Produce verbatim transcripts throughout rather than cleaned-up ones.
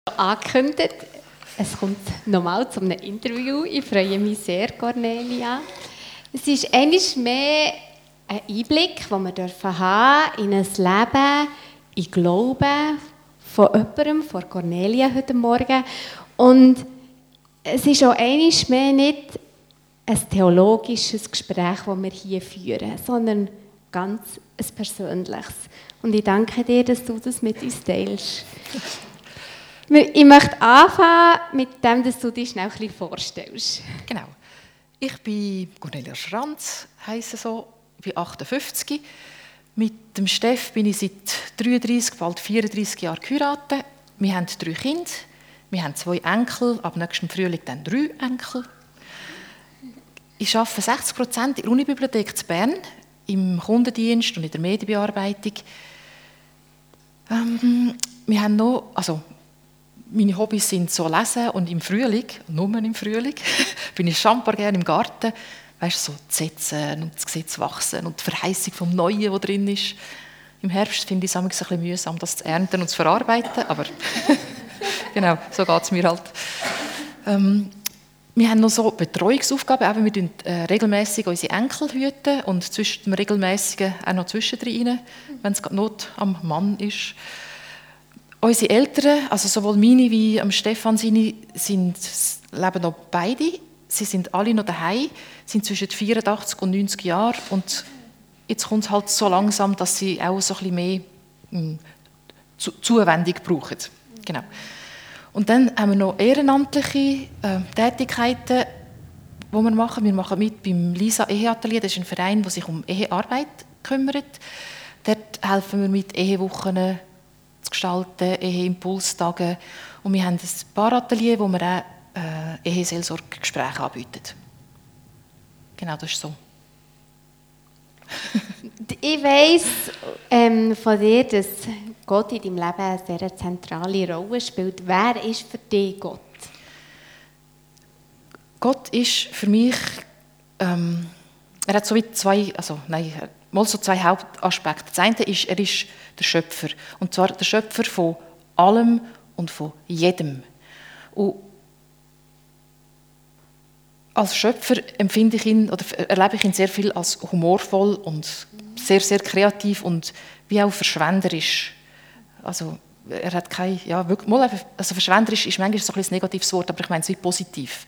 Angekündigt. Es kommt nochmal zu einem Interview. Ich freue mich sehr, Cornelia. Es ist einmal mehr ein Einblick, den wir dürfen haben in ein Leben, in Glauben von jemandem, von Cornelia heute Morgen. Und es ist auch einmal mehr nicht ein theologisches Gespräch, das wir hier führen, sondern ganz ein persönliches. Und ich danke dir, dass du das mit uns teilst. Ich möchte anfangen mit dem, dass du dich schnell ein bisschen vorstellst. Genau. Ich bin Cornelia Schranz, heisse so, bin achtundfünfzig. Mit dem Steff bin ich seit dreiunddreissig, bald vierunddreissig Jahren geheiratet. Wir haben drei Kinder, wir haben zwei Enkel, ab nächsten Frühling dann drei Enkel. Ich arbeite sechzig Prozent in der Unibibliothek zu Bern, im Kundendienst und in der Medienbearbeitung. Ähm, wir haben noch, also meine Hobbys sind so Lesen und im Frühling, nur im Frühling, bin ich schambar gerne im Garten, weißt, so zu setzen und das Gesetz wachsen und die Verheißung vom Neuen, das drin ist. Im Herbst finde ich es ein bisschen mühsam, das zu ernten und zu verarbeiten, aber genau, so geht es mir halt. Ähm, wir haben noch so Betreuungsaufgaben, eben, wir hüten äh, regelmässig unsere Enkel hüten und zwischen dem Regelmäßigen auch noch zwischendrin rein, wenn es gerade Not am Mann ist. Unsere Eltern, also sowohl meine wie am Stefan seine, sind, leben noch beide. Sie sind alle noch daheim, sind zwischen vierundachtzig und neunzig Jahren und jetzt kommt es halt so langsam, dass sie auch so ein bisschen mehr mh, zu, Zuwendung brauchen. Genau. Und dann haben wir noch ehrenamtliche äh, Tätigkeiten, die wir machen. Wir machen mit beim Lisa Eheatelier, das ist ein Verein, der sich um Ehearbeit kümmert. Dort helfen wir mit Ehewochen zu gestalten, Eheimpulstage. Und wir haben ein Paaratelier, wo wir auch äh, Eheseelsorgegespräche anbieten. Genau, das ist so. Ich weiss ähm, von dir, dass Gott in deinem Leben eine sehr zentrale Rolle spielt. Wer ist für dich Gott? Gott ist für mich, ähm, er hat so wie zwei, also nein, mal so zwei Hauptaspekte. Das eine ist, er ist der Schöpfer. Und zwar der Schöpfer von allem und von jedem. Und als Schöpfer empfinde ich ihn, oder erlebe ich ihn sehr viel als humorvoll und sehr, sehr kreativ und wie auch verschwenderisch. Also er hat kein, ja, wirklich, mal, also verschwenderisch ist manchmal so ein bisschen ein negatives Wort, aber ich meine es wie positiv.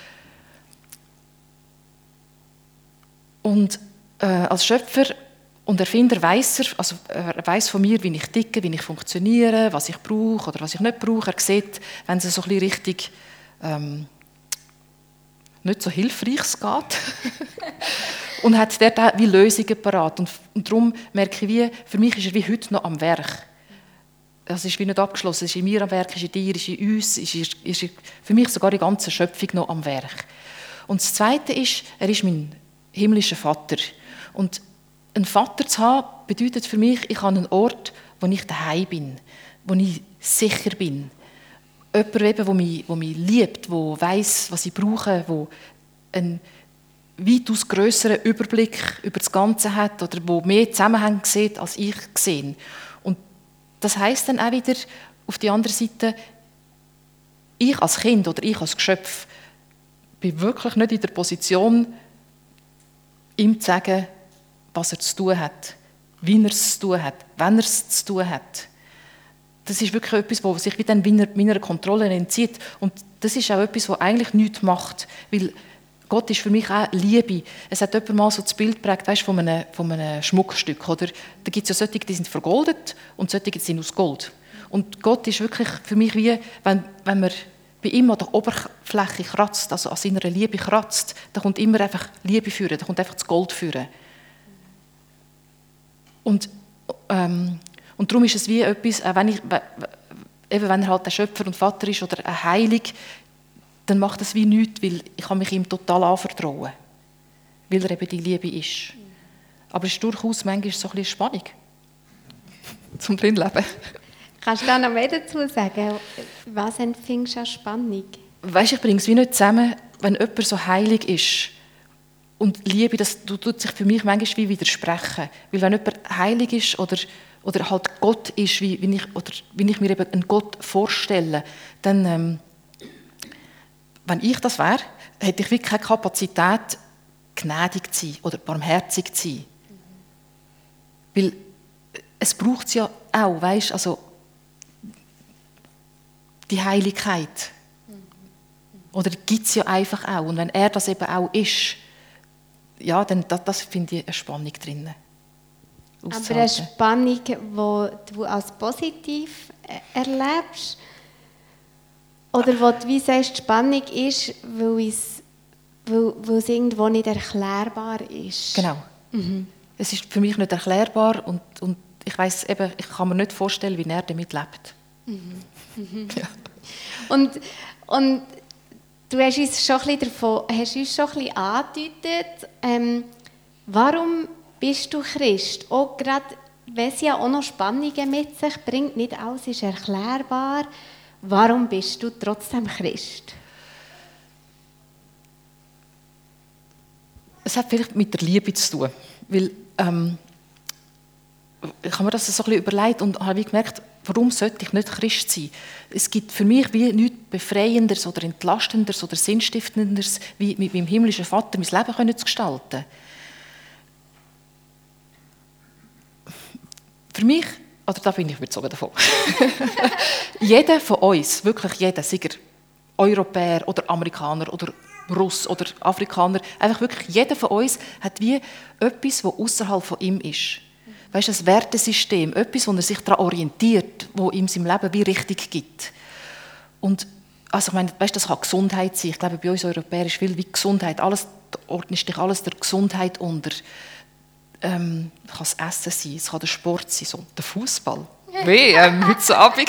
Und äh, als Schöpfer und Erfinder weiss er, also er weiss von mir, wie ich ticke, wie ich funktioniere, was ich brauche oder was ich nicht brauche. Er sieht, wenn es so ein bisschen richtig ähm, nicht so hilfreich geht. Und hat dort auch wie Lösungen parat. Und, und darum merke ich, wie, für mich ist er wie heute noch am Werk. Es ist wie nicht abgeschlossen. Es ist in mir am Werk, ist in dir, ist in uns, ist, ist, ist für mich sogar die ganze Schöpfung noch am Werk. Und das Zweite ist, er ist mein himmlischer Vater. Und einen Vater zu haben, bedeutet für mich, ich habe einen Ort, wo ich daheim bin, wo ich sicher bin. Jemand, eben, der mich, der mich liebt, der weiss, was ich brauche, der einen weitaus grösseren Überblick über das Ganze hat oder der mehr Zusammenhänge sieht, als ich sehe. Und das heisst dann auch wieder, auf die andere Seite, ich als Kind oder ich als Geschöpf bin wirklich nicht in der Position, ihm zu sagen, was er zu tun hat, wie er es zu tun hat, wenn er es zu tun hat. Das ist wirklich etwas, was sich dann meiner Kontrolle entzieht. Und das ist auch etwas, was eigentlich nichts macht. Weil Gott ist für mich auch Liebe. Es hat jemand mal so das Bild geprägt, weißt, von, einem, von einem Schmuckstück. Oder? Da gibt es ja solche, die sind vergoldet und solche, die sind aus Gold. Und Gott ist wirklich für mich wie, wenn, wenn man bei ihm an der Oberfläche kratzt, also an seiner Liebe kratzt, da kommt immer einfach Liebe führen, da kommt einfach das Gold führen. Und, ähm, und darum ist es wie etwas, auch wenn, ich, eben wenn er halt ein Schöpfer und Vater ist oder ein Heilig, dann macht es wie nichts, weil ich kann mich ihm total anvertrauen, weil er eben die Liebe ist. Aber es ist durchaus manchmal so ein bisschen Spannung zum Drinleben. Kannst du da noch mehr dazu sagen? Was empfindest du als Spannung? Weißt, ich bringe es wie nicht zusammen, wenn jemand so heilig ist. Und Liebe, das tut sich für mich manchmal wie widersprechen. Weil wenn jemand heilig ist oder, oder halt Gott ist, wie, wie, ich, oder wie ich mir eben einen Gott vorstelle, dann, ähm, wenn ich das wäre, hätte ich wirklich keine Kapazität, gnädig zu sein oder barmherzig zu sein. Mhm. Weil es braucht es ja auch, weißt, also die Heiligkeit. Mhm. Oder gibt es ja einfach auch. Und wenn er das eben auch ist, ja, dann das, das finde ich eine Spannung drin. Aber eine Spannung, die du als positiv erlebst? Oder wo du wie sagst, die Spannung ist, weil es, weil, weil es irgendwo nicht erklärbar ist? Genau. Mhm. Es ist für mich nicht erklärbar und, und ich weiss eben, ich kann mir nicht vorstellen, wie er damit lebt. Mhm. Mhm. Ja. Und, und du hast uns schon ein bisschen, davon, hast uns schon ein bisschen angedeutet, ähm, warum bist du Christ? Auch gerade, wenn es ja auch noch Spannungen mit sich bringt, nicht alles ist erklärbar. Warum bist du trotzdem Christ? Es hat vielleicht mit der Liebe zu tun. Weil, ähm, ich habe mir das so ein bisschen überlegt und habe gemerkt, warum sollte ich nicht Christ sein? Es gibt für mich wie nichts Befreienderes oder Entlastenderes oder Sinnstiftenderes, wie mit meinem himmlischen Vater mein Leben zu gestalten. Für mich, oder da bin ich überzeugt davon, jeder von uns, wirklich jeder, sei er Europäer oder Amerikaner oder Russ oder Afrikaner, einfach wirklich jeder von uns hat wie etwas, das außerhalb von ihm ist. Weißt du, ein Wertesystem, etwas, wo er sich daran orientiert, wo ihm seinem Leben wie richtig gibt. Und also ich meine, weißt, das kann Gesundheit sein. Ich glaube, bei uns Europäern ist viel wie Gesundheit. Alles, ordnest dich alles der Gesundheit unter. Ähm, es kann das Essen sein, es kann der Sport sein, so der Fußball. Weh, ähm, heute Abend.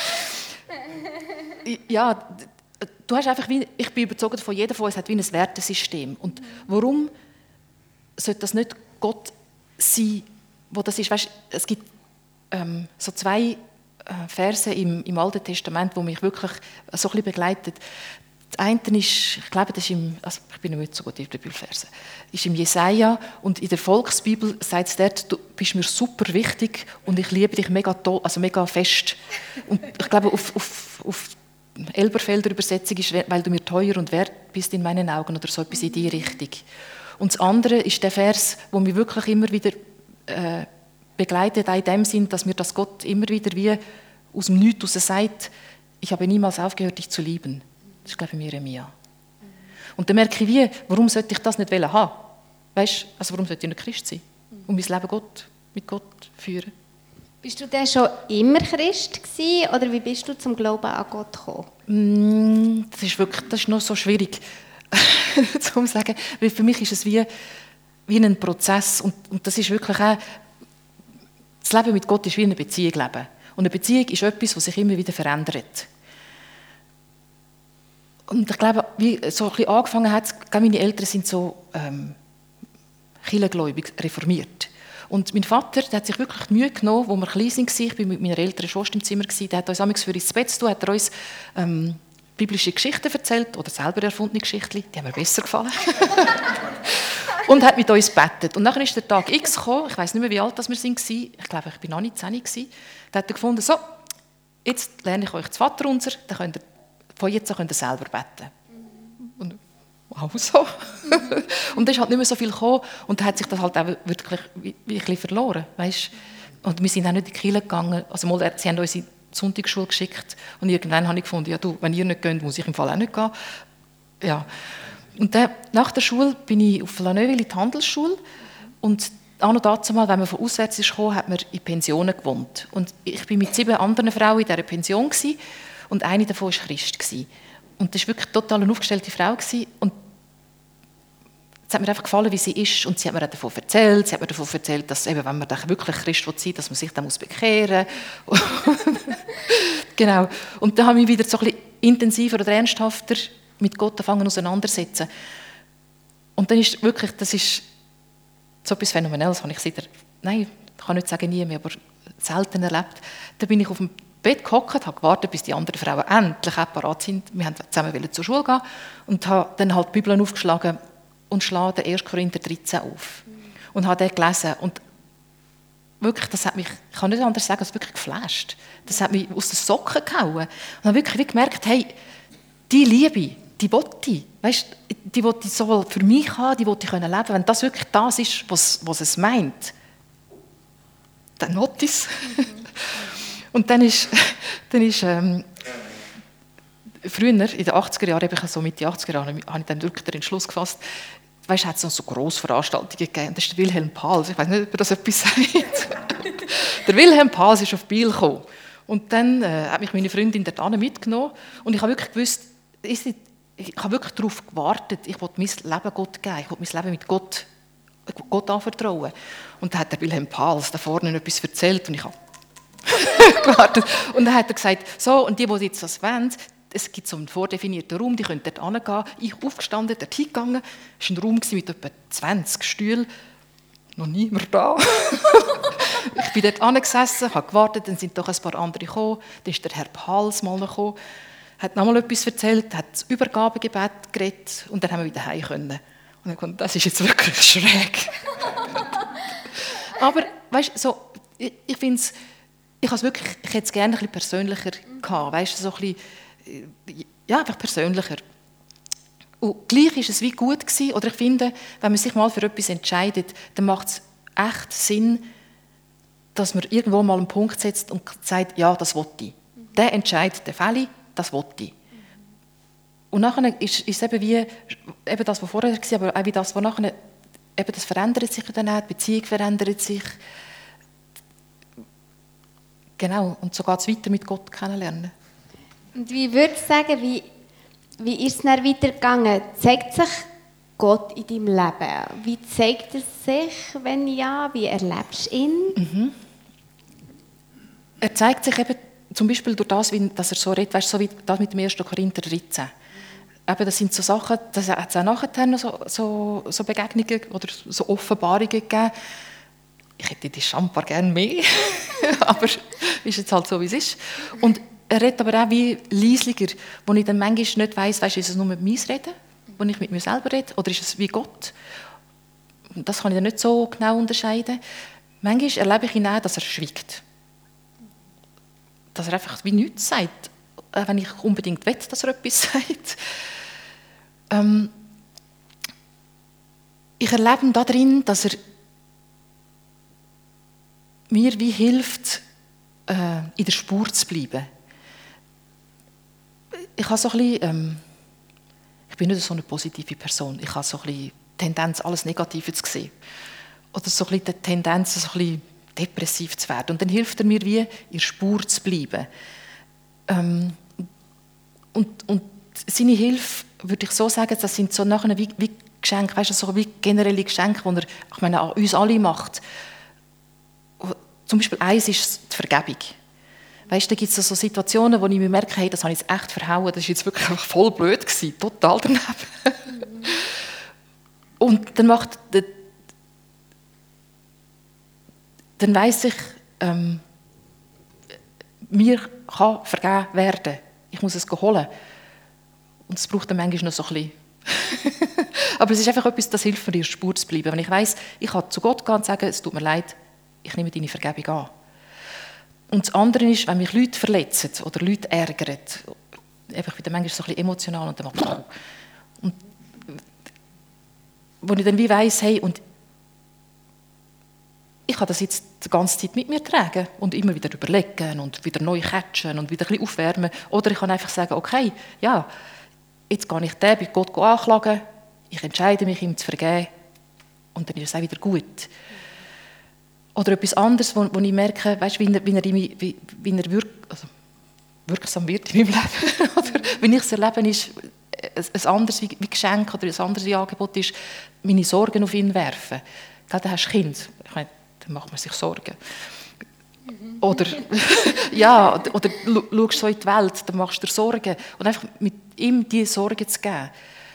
Ja, du hast einfach wie, ich bin überzeugt von jedem von uns hat wie ein Wertesystem. Und warum sollte das nicht Gott sein, wo das ist? Weißt, es gibt ähm, so zwei äh, Verse im, im Alten Testament, die mich wirklich so ein bisschen begleiten. Das eine ist, ich glaube, das ist im, also ich bin nicht so gut in den Bibelversen, ist im Jesaja und in der Volksbibel sagt es dort, du bist mir super wichtig und ich liebe dich mega toll, also mega fest. Und ich glaube, auf, auf, auf Elberfelder Übersetzung ist, weil du mir teuer und wert bist in meinen Augen oder so etwas in die Richtung. Und das andere ist der Vers, wo mich wirklich immer wieder äh, begleitet, in dem Sinn, dass mir das Gott immer wieder wie aus dem Nichts heraus sagt, ich habe niemals aufgehört, dich zu lieben. Das ist, glaube ich, Jeremia. Und dann merke ich, wie, warum sollte ich das nicht haben? Weißt, also warum sollte ich nicht Christ sein? Und mein Leben Gott, mit Gott führen. Bist du denn schon immer Christ gewesen, oder wie bist du zum Glauben an Gott gekommen? Das ist wirklich, das ist noch so schwierig zu sagen, weil für mich ist es wie, wie ein Prozess und, und das ist wirklich auch, das Leben mit Gott ist wie eine Beziehung leben. Und eine Beziehung ist etwas, das sich immer wieder verändert. Und ich glaube, wie so ein bisschen angefangen hat, meine Eltern sind so ähm, kirchengläubig, reformiert. Und mein Vater, der hat sich wirklich die Mühe genommen, als wir klein waren, ich war mit meiner älteren Schwester im Zimmer, der hat uns amigs für ins Bett zu tun, hat er uns ähm, biblische Geschichten erzählt, oder selber erfundene Geschichten, die haben mir besser gefallen. Und hat mit uns gebetet. Und dann ist der Tag X gekommen, ich weiss nicht mehr, wie alt wir waren, ich glaube, ich war noch nicht zehn. Da hat er gefunden, so, jetzt lerne ich euch das Vaterunser, dann könnt ihr, von jetzt an könnt ihr selber beten. Und wow, so. Und dann ist halt nicht mehr so viel gekommen und dann hat sich das halt auch wirklich wie, wie ein bisschen verloren, weißt? Und wir sind auch nicht in die Kirche gegangen, also mal, sie haben uns in die Sonntagsschule geschickt und irgendwann habe ich gefunden, ja du, wenn ihr nicht geht, muss ich im Fall auch nicht gehen. Ja. Und dann, nach der Schule bin ich auf La Neuville in die Handelsschule und auch noch dazu mal, wenn man von auswärts ist gekommen, hat man in Pensionen gewohnt. Und ich bin mit sieben anderen Frauen in dieser Pension gewesen, und eine davon war Christ gewesen. Und das war wirklich total eine aufgestellte Frau gewesen. Und es hat mir einfach gefallen, wie sie ist. Und sie hat mir auch davon erzählt. Sie hat mir davon erzählt, dass eben, wenn man wirklich Christ sein will, dass man sich dann bekehren muss. Genau. Und dann habe ich mich wieder so ein bisschen intensiver oder ernsthafter mit Gott angefangen auseinandersetzen. Und dann ist wirklich, das ist so etwas Phänomenelles, habe ich seit, nein, ich kann nicht sagen nie mehr, aber selten erlebt. Da bin ich auf dem Bett gehockt, habe gewartet, bis die anderen Frauen endlich auch parat sind. Wir wollten zusammen zur Schule gehen und habe dann halt die Bibel aufgeschlagen und schlage den ersten Korinther dreizehn auf. Und habe den gelesen. Und wirklich, das hat mich, ich kann nicht anders sagen, als wirklich geflasht. Das hat mich aus den Socken gehauen. Und dann habe ich wirklich gemerkt, hey, die Liebe, die will ich. Weißt, die will ich sowohl für mich haben, die will ich leben können. Wenn das wirklich das ist, was, was es meint, dann will ich es. Mhm. Und dann ist, dann ist ähm, früher, in den achtziger Jahren, ich so Mitte achtziger Jahre, habe ich dann wirklich den Entschluss gefasst, weißt, hat es noch so Grossveranstaltungen gegeben. Das ist der Wilhelm Pals. Ich weiß nicht, ob er das etwas sagt. Der Wilhelm Pals ist auf Biel gekommen. Und dann äh, hat mich meine Freundin dort mitgenommen. Und ich habe wirklich gewusst, ich, ich habe wirklich darauf gewartet, ich wollte mein Leben Gott geben. Ich wollte mein Leben mit Gott, Gott anvertrauen. Und dann hat der Wilhelm Pals da vorne etwas erzählt und ich habe gewartet. Und dann hat er gesagt, so, und die, die jetzt das wollen, es gibt so einen vordefinierten Raum, die können dort hingehen. Ich aufgestanden, dort hingegangen. Es war ein Raum mit etwa zwanzig Stühlen. Noch niemand da. Ich bin dort hingesessen, habe gewartet, dann sind doch ein paar andere gekommen. Dann ist der Herr Pals mal gekommen, hat nochmal etwas erzählt, hat das Übergabegebet geredet und dann haben wir wieder heim können. Und ich dachte, das ist jetzt wirklich schräg. Aber weißt, so, ich, ich finde es, ich, wirklich, ich hätte es gerne ein bisschen persönlicher gehabt, weißt, so ein bisschen, ja, einfach persönlicher. Und gleich war es wie gut gewesen, oder ich finde, wenn man sich mal für etwas entscheidet, dann macht es echt Sinn, dass man irgendwo mal einen Punkt setzt und sagt, ja, das will ich. Mhm. Der Entscheid, der Fälle, das will ich. Mhm. Und nachher ist, ist es eben wie eben das, was vorher war, aber auch wie das, was nachher, eben das verändert sich dann auch, die Beziehung verändert sich. Genau, und so geht es weiter mit Gott kennenlernen. Und wie würdest du sagen, wie, wie ist es dann weitergegangen? Zeigt sich Gott in deinem Leben? Wie zeigt es sich, wenn ja? Wie erlebst du ihn? Mhm. Er zeigt sich eben zum Beispiel durch das, dass er so redet, weißt, so wie das mit dem ersten Korinther dreizehn. Eben, das sind so Sachen, das hat es auch nachher noch so, so, so Begegnungen oder so Offenbarungen gegeben. Ich hätte die Champagner gerne mehr, aber es ist jetzt halt so, wie es ist. Und er redet aber auch wie leislicher, wo ich dann manchmal nicht weiss, weißt, ist es nur mit mir reden, wo ich mit mir selber rede, oder ist es wie Gott? Das kann ich dann nicht so genau unterscheiden. Manchmal erlebe ich ihn auch, dass er schweigt. Dass er einfach wie nichts sagt, wenn ich unbedingt will, dass er etwas sagt. Ähm, ich erlebe ihn darin, dass er mir wie hilft, äh, in der Spur zu bleiben. Ich habe so ein bisschen, ähm, ich bin nicht so eine positive Person. Ich habe so ein bisschen Tendenz, alles Negative zu sehen. Oder so ein bisschen die Tendenz, so ein bisschen depressiv zu werden. Und dann hilft er mir, wie in der Spur zu bleiben. Ähm, und, und seine Hilfe, würde ich so sagen, das sind so nachher wie, wie Geschenke, weißt du, so wie generelle Geschenke, die er, ich meine, an uns alle macht. Zum Beispiel eins ist die Vergebung. Weißt, da gibt es so Situationen, wo ich mir merke, hey, das habe ich jetzt echt verhauen, das war jetzt wirklich voll blöd gewesen, total daneben. Mhm. Und dann macht, dann weiss ich, ähm, mir kann vergeben werden. Ich muss es holen. Und es braucht dann manchmal noch so ein bisschen. Aber es ist einfach etwas, das hilft mir, in der Spur zu bleiben. Wenn ich weiss, ich kann zu Gott gehen und sagen, es tut mir leid, ich nehme deine Vergebung an. Und das andere ist, wenn mich Leute verletzen oder Leute ärgern, einfach wieder manchmal so ein bisschen emotional und dann mache ich und wo ich dann wie weiss, hey, und ich kann das jetzt die ganze Zeit mit mir tragen und immer wieder überlegen und wieder neu catchen und wieder ein bisschen aufwärmen. Oder ich kann einfach sagen, okay, ja, jetzt gehe ich den bei Gott anklagen, ich entscheide mich, ihm zu vergeben und dann ist es auch wieder gut. Oder etwas anderes, wo, wo ich merke, weißt, wie er, wie er, wie, wie er wirk, also wirksam wird in meinem Leben. Oder wie ich es erlebe, ist ein anderes wie, wie Geschenk oder ein anderes wie Angebot ist, meine Sorgen auf ihn werfen. Dann hast du Kind, ich meine, dann macht man sich Sorgen. Mhm. Oder, ja, oder schaust so in die Welt, dann machst du dir Sorgen. Und einfach mit ihm diese Sorgen zu geben,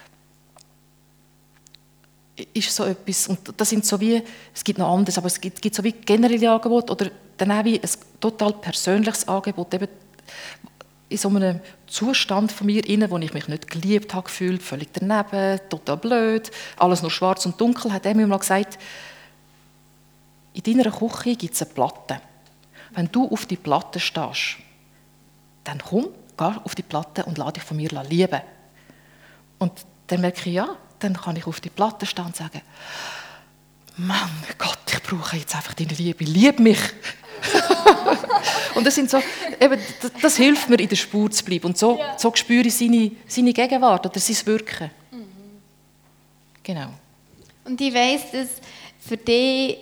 ist so etwas, und das sind so wie, es gibt noch anderes, aber es gibt, gibt so wie generelle Angebote oder dann auch wie ein total persönliches Angebot, eben in so einem Zustand von mir inne, wo ich mich nicht geliebt habe gefühlt, völlig daneben, total blöd, alles nur schwarz und dunkel, hat er mir mal gesagt, in deiner Küche gibt es eine Platte. Wenn du auf die Platte stehst, dann komm, geh auf die Platte und lass dich von mir lieben. Und dann merke ich, ja, dann kann ich auf die Platte stehen und sagen, Mann, Gott, ich brauche jetzt einfach deine Liebe, lieb mich. Und das, sind so, eben, das, das hilft mir, in der Spur zu bleiben. Und so, ja. so spüre ich seine, seine Gegenwart oder sein Wirken. Mhm. Genau. Und ich weiss, dass für dich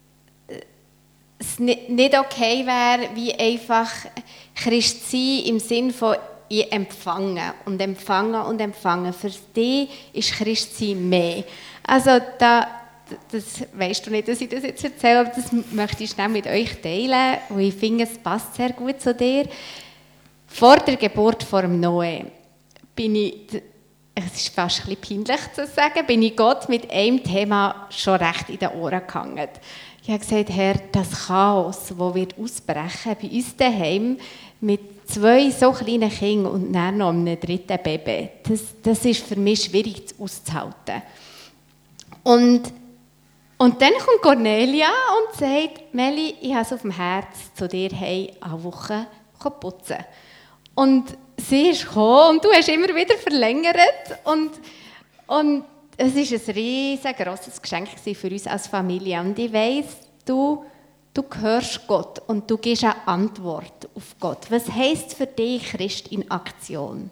es nicht okay wäre, wie einfach Christ sein im Sinn von ich empfangen und empfangen und empfangen. Für dich ist Christ sein mehr. Also da, das weißt du nicht, dass ich das jetzt erzähle, aber das möchte ich schnell mit euch teilen, und ich finde, es passt sehr gut zu dir. Vor der Geburt von Noe bin ich, es ist fast ein bisschen peinlich zu sagen, bin ich Gott mit einem Thema schon recht in den Ohren gehangen. Ich habe gesagt, Herr, das Chaos, das wird ausbrechen bei uns daheim mit zwei so kleinen Kindern und dann noch einem dritten Baby, das, das ist für mich schwierig auszuhalten. Und, und dann kommt Cornelia und sagt, Meli, ich habe es auf dem Herz, zu dir hey, eine Woche putzen. Und sie ist gekommen und du hast immer wieder verlängert. Und, und es war ein riesengroßes Geschenk für uns als Familie. Und ich weiss, du, du hörst Gott und du gibst eine Antwort auf Gott. Was heisst für dich Christ in Aktion?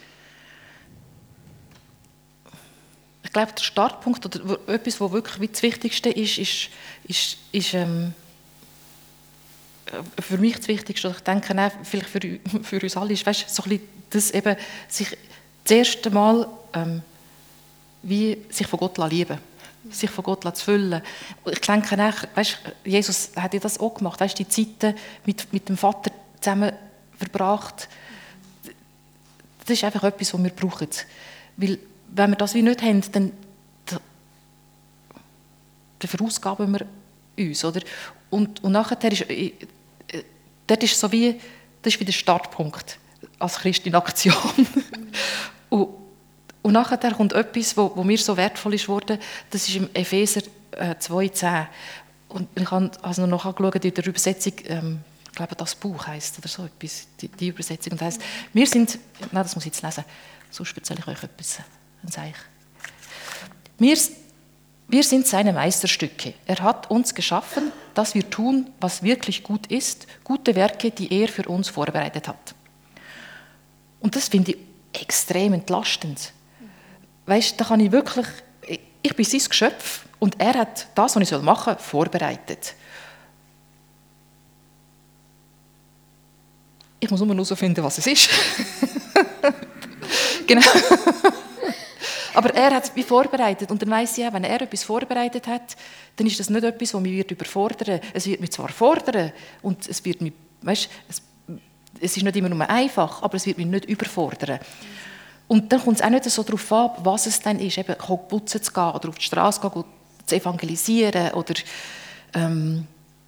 Ich glaube, der Startpunkt oder etwas, was wirklich das Wichtigste ist, ist, ist, ist ähm, für mich das Wichtigste, und ich denke auch vielleicht für, für uns alle, ist, weißt, so ein bisschen das eben, sich das erste Mal ähm, wie sich von Gott lieben lassen, sich von Gott zu füllen. Ich denke auch, weißt, Jesus hat ja das auch gemacht, weißt, die Zeiten mit, mit dem Vater zusammen verbracht. Das ist einfach etwas, was wir brauchen. Weil, wenn wir das wie nicht haben, dann, dann verausgaben wir uns. Oder? Und, und nachher ist, äh, dort ist so wie, das ist wie der Startpunkt als Christ in Aktion. und, Und nachher kommt etwas, wo, wo mir so wertvoll ist worden, das ist im Epheser äh, zwei zehn. Und ich habe also noch angeschaut, in der Übersetzung, ähm, ich glaube, das Buch heisst oder so etwas, die, die Übersetzung. Und heisst, wir sind, nein, das muss ich jetzt lesen, sonst erzähle ich euch etwas. Dann sage ich. Wir, wir sind seine Meisterstücke. Er hat uns geschaffen, dass wir tun, was wirklich gut ist, gute Werke, die er für uns vorbereitet hat. Und das finde ich extrem entlastend. Weißt, da kann ich wirklich, ich bin sein Geschöpf und er hat das, was ich machen soll, vorbereitet. Ich muss nur herausfinden, was es ist. Genau. Aber er hat es wie vorbereitet und dann weiss ich auch, wenn er etwas vorbereitet hat, dann ist das nicht etwas, das mich überfordern wird. Es wird mich zwar fordern und es wird mich, weißt, es, es ist nicht immer nur einfach, aber es wird mich nicht überfordern. Und dann kommt es auch nicht so darauf an, was es dann ist, eben putzen zu gehen oder auf die Straße zu gehen, zu evangelisieren oder ähm,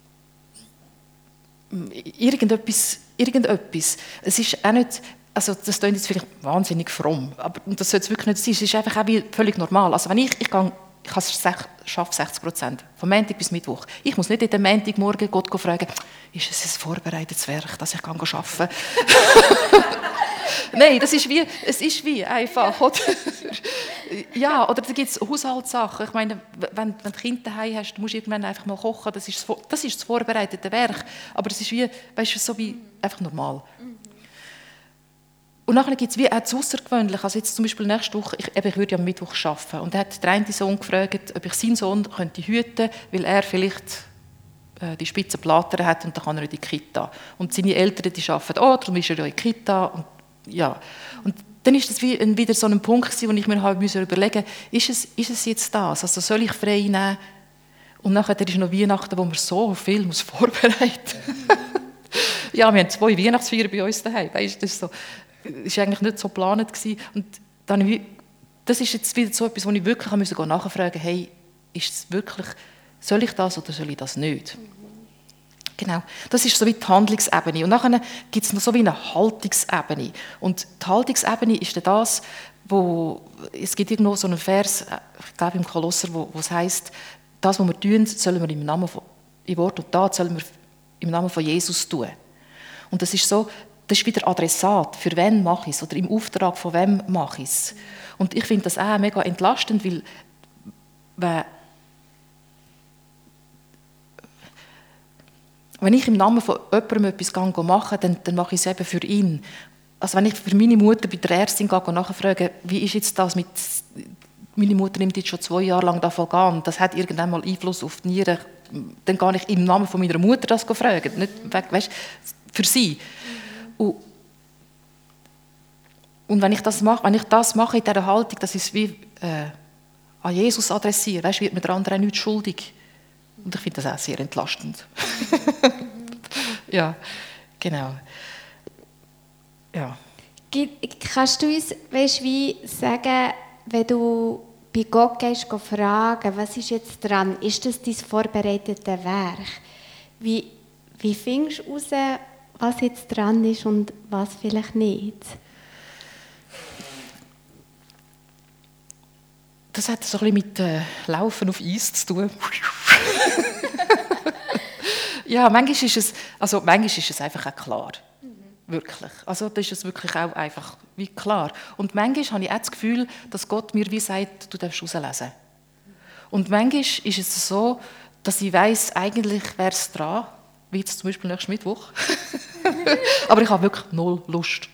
irgendetwas, irgendetwas. Es ist auch nicht, also das klingt jetzt vielleicht wahnsinnig fromm, aber das soll es wirklich nicht sein. Es ist einfach auch wie völlig normal. Also wenn ich, ich gehe, ich schaffe sechzig Prozent, von Montag bis Mittwoch. Ich muss nicht in den Montagmorgen Gott fragen, ist es ein vorbereitetes Werk, dass ich arbeiten kann? Nein, das ist wie, es ist wie einfach. Oder? Ja, oder da gibt es Haushaltssachen. Ich meine, wenn, wenn du Kinder daheim hast, musst du irgendwann einfach mal kochen. Das ist das, das, ist das vorbereitete Werk. Aber es ist wie, weißt du, so wie einfach normal. Und nachher gibt es wie auch das Außergewöhnliche. Also jetzt zum Beispiel nächste Woche, ich, eben, ich würde ja am Mittwoch arbeiten. Und er hat der eine Sohn gefragt, ob ich seinen Sohn könnte hüten könnte, weil er vielleicht äh, die spitzen Blattern hat und dann kann er in die Kita. Und seine Eltern, die arbeiten, oh, darum ist er ja in die Kita. Und, ja. Und dann ist das wie ein, wieder so ein Punkt gewesen, wo ich mir halt überlegen musste, ist es, ist es jetzt das? Also soll ich frei nehmen? Und nachher ist noch Weihnachten, wo man so viel muss vorbereiten muss. Ja, wir haben zwei Weihnachtsfeiern bei uns daheim. Weißt, das ist so. Das war eigentlich nicht so geplant. Und dann, das ist jetzt wieder so etwas, wo ich wirklich nachfragen musste, hey, ist es wirklich, soll ich das oder soll ich das nicht? Mhm. Genau, das ist so wie die Handlungsebene. Und dann gibt es noch so wie eine Haltungsebene. Und die Haltungsebene ist dann das, wo, es gibt irgendwo so einen Vers, ich glaube im Kolosser, wo, wo es heisst, das, was wir tun, sollen wir im Namen von, in Wort und Tat sollen wir im Namen von Jesus tun. Und das ist so, das ist wieder Adressat, für wen mache ich es oder im Auftrag von wem mache ich es. Und ich finde das auch mega entlastend, weil wenn, wenn ich im Namen von jemandem etwas mache, dann, dann mache ich es eben für ihn. Also wenn ich für meine Mutter bei der Ärztin gehe und nachfrage, wie ist jetzt das mit, meine Mutter nimmt jetzt schon zwei Jahre lang davon an, das hat irgendwann mal Einfluss auf die Nieren, dann gehe ich im Namen von meiner Mutter das fragen, nicht, weißt, für sie. Und, und wenn ich das mache, wenn ich das mache in dieser Haltung, das ist wie äh, an Jesus adressieren, weißt, wird mir der andere auch nichts schuldig. Und ich finde das auch sehr entlastend. Ja, genau. Ja. Kannst du uns, weißt, wie sagen, wenn du bei Gott gehst, gehst fragen, was ist jetzt dran? Ist das dein vorbereitete Werk? Wie, wie findest du heraus, was jetzt dran ist und was vielleicht nicht? Das hat so ein bisschen mit äh, Laufen auf Eis zu tun. Ja, manchmal ist es, also manchmal ist es einfach auch klar. Wirklich. Also das ist es wirklich auch einfach wie klar. Und manchmal habe ich auch das Gefühl, dass Gott mir wie sagt, du darfst rauslesen. Und manchmal ist es so, dass ich weiss, eigentlich wäre es dran, wie jetzt zum Beispiel nächsten Mittwoch. Aber ich habe wirklich null Lust.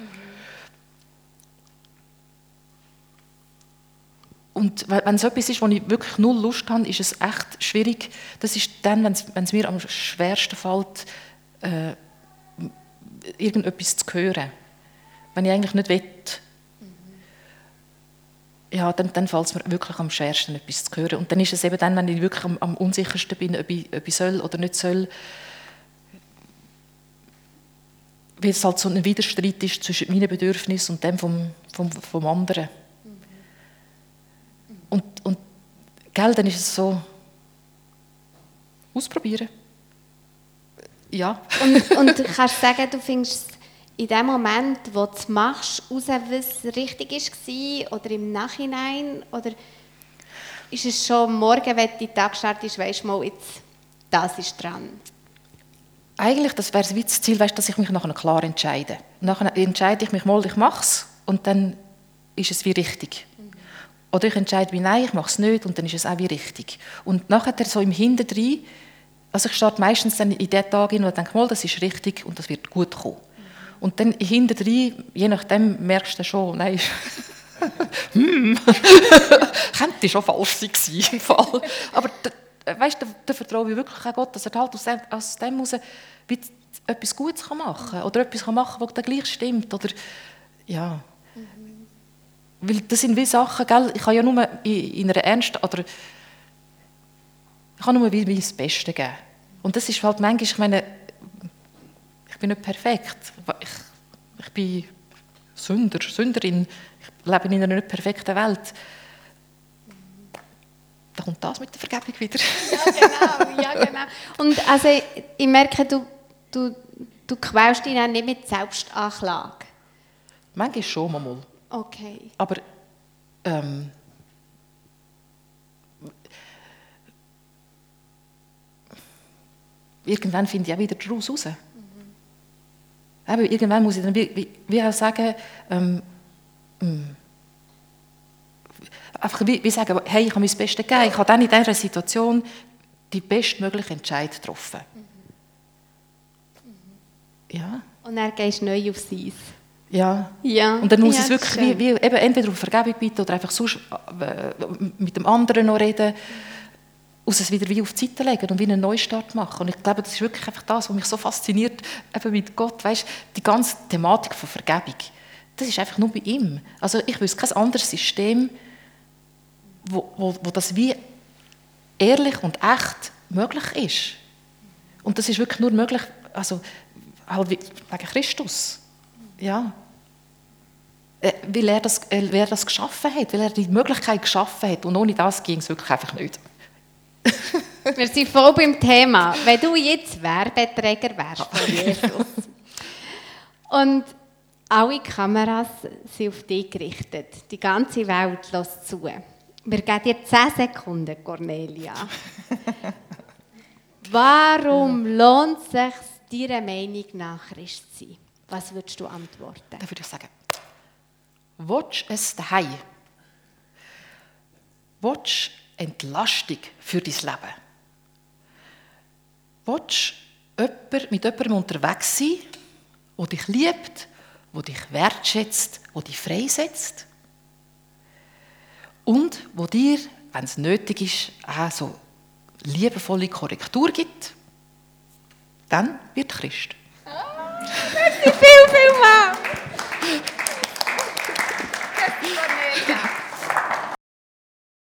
Und wenn es etwas ist, wo ich wirklich null Lust habe, ist es echt schwierig. Das ist dann, wenn es, wenn es mir am schwersten fällt, äh, irgendetwas zu hören. Wenn ich eigentlich nicht will, ja, dann, dann fällt es mir wirklich am schwersten, etwas zu hören. Und dann ist es eben dann, wenn ich wirklich am, am unsichersten bin, ob ich, ob ich soll oder nicht soll, weil es halt so ein Widerstreit ist zwischen meinen Bedürfnissen und dem vom, vom, vom anderen. Und, und gell, dann ist es so, ausprobieren. Ja. Und, und du kannst sagen, du findest in dem Moment, wo du es machst, heraus, was richtig war oder im Nachhinein? Oder ist es schon morgen, wenn du den Tag startest, weisst du mal, jetzt, das ist dran? Eigentlich, das wäre das Ziel, weißt, dass ich mich nachher klar entscheide. Nachher entscheide ich mich mal, ich mache es und dann ist es wie richtig. Mhm. Oder ich entscheide mich, nein, ich mache es nicht und dann ist es auch wie richtig. Und nachher so im Hinterdrein, also ich starte meistens dann in den Tag hin und denke, mal, das ist richtig und das wird gut kommen. Mhm. Und dann hinterdrein, je nachdem, merkst du schon, nein, hm, könnte schon falsch sein im Fall. Aber weißt du, da, da vertraue ich wirklich an Gott, dass er halt aus dem, aus dem heraus etwas Gutes machen kann. Oder etwas machen kann, das dann gleich stimmt. Oder, ja. Mhm. Weil das sind wie Sachen, gell? Ich kann ja nur in, in einer ernsten, oder ich kann nur wie, wie das Beste geben. Und das ist halt manchmal, ich meine, ich bin nicht perfekt. Ich, ich bin Sünder, Sünderin. Ich lebe in einer nicht perfekten Welt. Da kommt das mit der Vergebung wieder. Ja, genau. Ja, genau. Und also, ich merke, du, du, du quälst dich nicht mit Selbstanklage. Manchmal schon mal. Okay. Aber ähm, irgendwann finde ich auch wieder daraus raus. Mhm. Aber irgendwann muss ich dann wie, wie, wie auch sagen, ähm, einfach wie, wie sagen, hey, ich habe mein Bestes gegeben, ich habe dann in dieser Situation die bestmögliche Entscheidung getroffen. Mhm. Mhm. Ja. Und dann gehst du neu aufs Eis. Ja. Ja. Und dann muss ja, es wirklich wie, wie, eben entweder um Vergebung bitten oder einfach sonst äh, mit dem anderen noch reden, aus es wieder wie auf die Seite legen und wie einen Neustart machen. Und ich glaube, das ist wirklich einfach das, was mich so fasziniert, eben mit Gott, weißt, die ganze Thematik von Vergebung. Das ist einfach nur bei ihm. Also ich wüsste kein anderes System, wo, wo, wo das wie ehrlich und echt möglich ist. Und das ist wirklich nur möglich, also halt wegen Christus. Ja. Weil er das, weil er das geschaffen hat, weil er die Möglichkeit geschaffen hat. Und ohne das ging es wirklich einfach nicht. Wir sind voll beim Thema. Wenn du jetzt Werbeträger wärst von Jesus und alle Kameras sind auf dich gerichtet, die ganze Welt lässt zu. Wir geben dir zehn Sekunden, Cornelia. Warum lohnt es sich, deiner Meinung nach Christ zu sein? Was würdest du antworten? Dann würde ich sagen, willst du es daheim? Willst du Entlastung für dein Leben? Willst du mit jemandem unterwegs sein, der dich liebt, der dich wertschätzt, der dich freisetzt und der dir, wenn es nötig ist, auch so liebevolle Korrektur gibt? Dann wird Christ. Merci viel, viel mal.